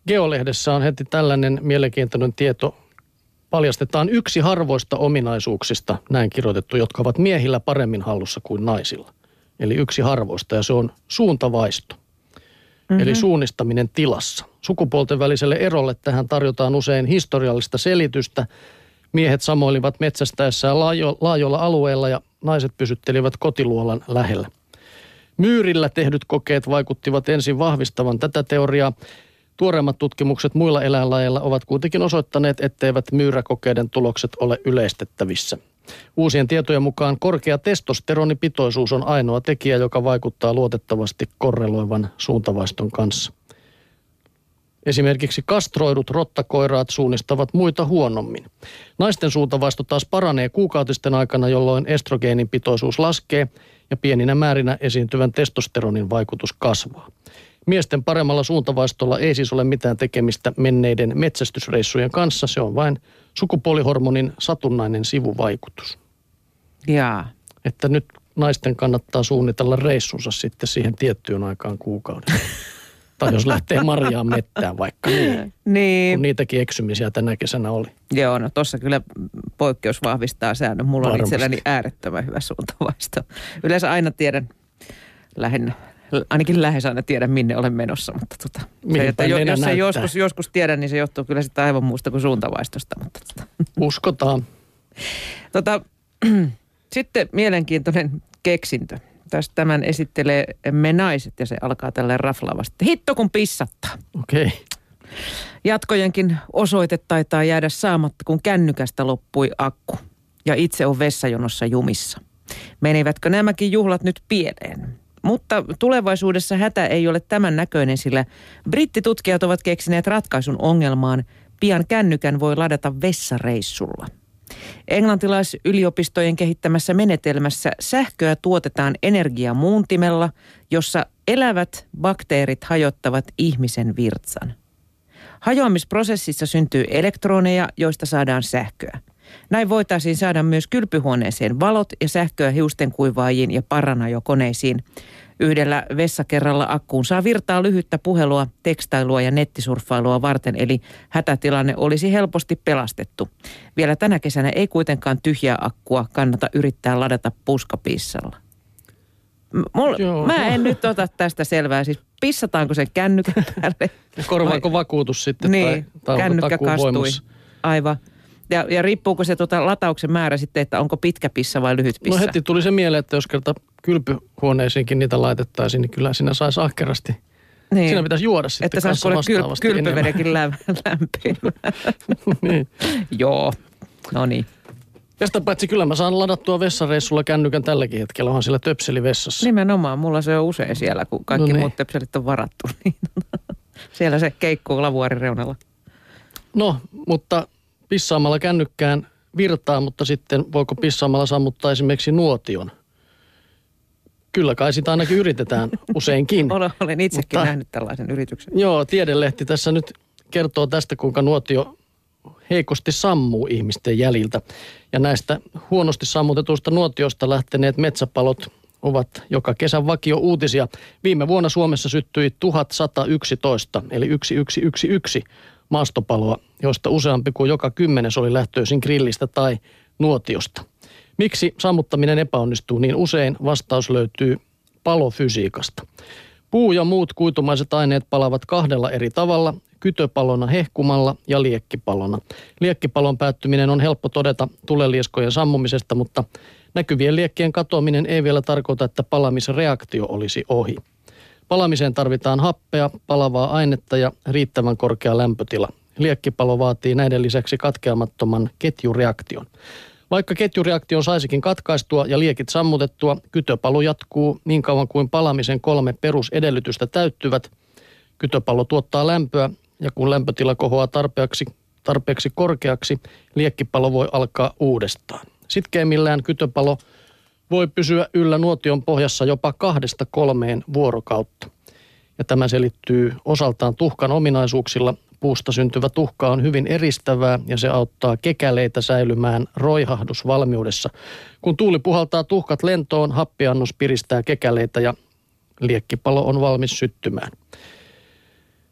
Geolehdessä on heti tällainen mielenkiintoinen tieto. Paljastetaan yksi harvoista ominaisuuksista, näin kirjoitettu, jotka ovat miehillä paremmin hallussa kuin naisilla. Eli yksi harvoista, ja se on suuntavaisto. Eli suunnistaminen tilassa. Sukupuolten väliselle erolle tähän tarjotaan usein historiallista selitystä. Miehet samoilivat metsästäessään laajoilla alueilla ja naiset pysyttelivät kotiluolan lähellä. Myyrillä tehdyt kokeet vaikuttivat ensin vahvistavan tätä teoriaa. Tuoreimmat tutkimukset muilla eläinlajeilla ovat kuitenkin osoittaneet, etteivät myyräkokeiden tulokset ole yleistettävissä. Uusien tietojen mukaan korkea testosteronipitoisuus on ainoa tekijä, joka vaikuttaa luotettavasti korreloivan suuntavaiston kanssa. Esimerkiksi kastroidut rottakoiraat suunnistavat muita huonommin. Naisten suuntavaisto taas paranee kuukautisten aikana, jolloin estrogeenin pitoisuus laskee ja pieninä määrinä esiintyvän testosteronin vaikutus kasvaa. Miesten paremmalla suuntavaistolla ei siis ole mitään tekemistä menneiden metsästysreissujen kanssa. Se on vain sukupuolihormonin satunnainen sivuvaikutus. Jaa. Että nyt naisten kannattaa suunnitella reissunsa sitten siihen tiettyyn aikaan kuukauden. Tai jos lähtee marjaan mettään vaikka niin. Kun niitäkin eksymisiä tänä kesänä oli. Joo, no tossa kyllä poikkeus vahvistaa säännön. Mulla on itselläni äärettömän hyvä suuntavaisto. Yleensä aina tiedän ainakin lähes aina tiedän, minne olen menossa, mutta jos ei joskus tiedä, niin se johtuu kyllä sitä aivan muusta kuin suuntavaistosta. Mutta uskotaan. Sitten mielenkiintoinen keksintö. Tästä tämän esittelee Me naiset ja se alkaa tälleen raflaavasti. Hitto kun pissattaa. Okei. Okay. Jatkojenkin osoite taitaa jäädä saamatta, kun kännykästä loppui akku. Ja itse on vessajonossa jumissa. Menivätkö nämäkin juhlat nyt pieleen? Mutta tulevaisuudessa hätä ei ole tämän näköinen, sillä brittitutkijat ovat keksineet ratkaisun ongelmaan. Pian kännykän voi ladata vessareissulla. Englantilaisyliopistojen kehittämässä menetelmässä sähköä tuotetaan energiamuuntimella, jossa elävät bakteerit hajottavat ihmisen virtsan. Hajoamisprosessissa syntyy elektroneja, joista saadaan sähköä. Näin voitaisiin saada myös kylpyhuoneeseen valot ja sähköä hiustenkuivaajiin ja paranajokoneisiin. Yhdellä vessakerralla akkuun saa virtaa lyhyttä puhelua, tekstailua ja nettisurffailua varten, eli hätätilanne olisi helposti pelastettu. Vielä tänä kesänä ei kuitenkaan tyhjää akkua kannata yrittää ladata puskapissalla. Mä en nyt ota tästä selvää, siis pissataanko sen kännykän päälle? Korvaako vakuutus sitten? Niin, tai kännykkä kastui. Aivan. Ja riippuuko se latauksen määrä sitten, että onko pitkä pissa vai lyhyt pissa? No heti tuli se mieleen, että jos kerta kylpyhuoneisiinkin niitä laitettaisiin, niin kyllä siinä saisi ahkerasti. Niin. Siinä pitäisi juoda sitten että kanssa vastaavasti enemmän. Että saisi olla kylpyvedenkin lämmin. Niin. Joo, no niin. Ja sitä paitsi kyllä mä saan ladattua vessareissulla kännykän tälläkin hetkellä, onhan siellä töpseli vessassa. Nimenomaan, mulla se on usein siellä, kun kaikki muut töpselit on varattu. Siellä se keikkuu lavuaarin reunalla. No, mutta pissaamalla kännykkään virtaa, mutta sitten voiko pissaamalla sammuttaa esimerkiksi nuotion? Kyllä kai sitä ainakin yritetään useinkin. Olen itsekin nähnyt tällaisen yrityksen. Joo, Tiedelehti tässä nyt kertoo tästä, kuinka nuotio heikosti sammuu ihmisten jäljiltä. Ja näistä huonosti sammutetuista nuotiosta lähteneet metsäpalot ovat joka kesän vakio-uutisia. Viime vuonna Suomessa syttyi 1111, eli 1111 maastopaloa, joista useampi kuin joka 10 oli lähtöisin grillistä tai nuotiosta. Miksi sammuttaminen epäonnistuu niin usein? Vastaus löytyy palofysiikasta. Puu ja muut kuitumaiset aineet palavat kahdella eri tavalla, kytöpalona hehkumalla ja liekkipalona. Liekkipalon päättyminen on helppo todeta tulelieskojen sammumisesta, mutta näkyvien liekkien katoaminen ei vielä tarkoita, että palamisreaktio olisi ohi. Palamiseen tarvitaan happea, palavaa ainetta ja riittävän korkea lämpötila. Liekkipalo vaatii näiden lisäksi katkeamattoman ketjureaktion. Vaikka ketjureaktio saisikin katkaistua ja liekit sammutettua, kytöpalo jatkuu niin kauan kuin palamisen 3 perusedellytystä täyttyvät. Kytöpalo tuottaa lämpöä ja kun lämpötila kohoaa tarpeeksi korkeaksi, liekkipalo voi alkaa uudestaan. Sitkeimmillään kytöpalo voi pysyä yllä nuotion pohjassa jopa 2-3 vuorokautta. Ja tämä selittyy osaltaan tuhkan ominaisuuksilla. Puusta syntyvä tuhka on hyvin eristävää ja se auttaa kekäleitä säilymään roihahdusvalmiudessa. Kun tuuli puhaltaa tuhkat lentoon, happiannos piristää kekäleitä ja liekkipalo on valmis syttymään.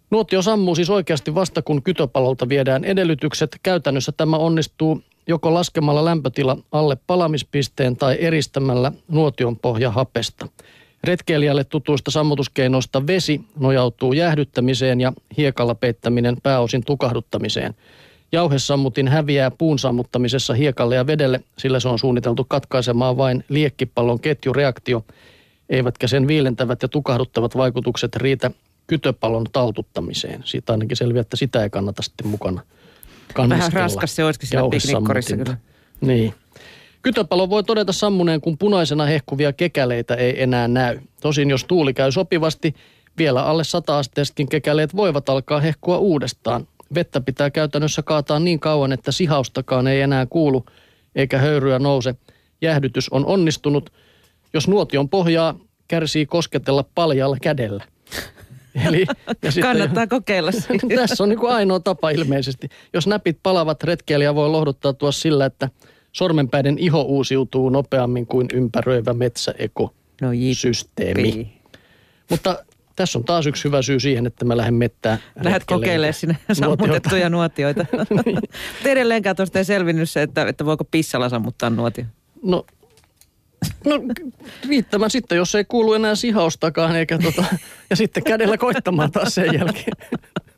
Nuotio sammuu siis oikeasti vasta, kun kytöpalolta viedään edellytykset. Käytännössä tämä onnistuu joko laskemalla lämpötila alle palamispisteen tai eristämällä nuotion pohja hapesta. Retkeilijälle tutuista sammutuskeinoista vesi nojautuu jäähdyttämiseen ja hiekalla peittäminen pääosin tukahduttamiseen. Jauhesammutin häviää puun sammuttamisessa hiekalle ja vedelle, sillä se on suunniteltu katkaisemaan vain liekkipallon ketjureaktio, eivätkä sen viilentävät ja tukahduttavat vaikutukset riitä kytöpallon taltuttamiseen. Siitä ainakin selviää, että sitä ei kannata sitten mukana kannistella. Vähän raskas se olisikin siellä piknikkorissa kyllä. Niin. Kytöpalo voi todeta sammuneen, kun punaisena hehkuvia kekäleitä ei enää näy. Tosin jos tuuli käy sopivasti, vielä alle 100-asteisetkin kekäleet voivat alkaa hehkua uudestaan. Vettä pitää käytännössä kaataa niin kauan, että sihaustakaan ei enää kuulu eikä höyryä nouse. Jäähdytys on onnistunut, jos nuotion pohjaa kärsii kosketella paljaalla kädellä. Eli, kannattaa kokeilla. Tässä on niin kuin ainoa tapa ilmeisesti. Jos näpit palavat, retkeilijä voi lohduttautua sillä, että sormenpäiden iho uusiutuu nopeammin kuin ympäröivä metsäekosysteemi. Mutta tässä on taas yksi hyvä syy siihen, että mä lähden mettään. Lähdet kokeilemaan sinne sammutettuja nuotioita. Niin. Edelleenkään tuosta ei selvinnyt se, että voiko pissalla sammuttaa nuotio. No riittämään sitten, jos ei kuulu enää sihaustakaan, eikä ja sitten kädellä koittamaan taas sen jälkeen.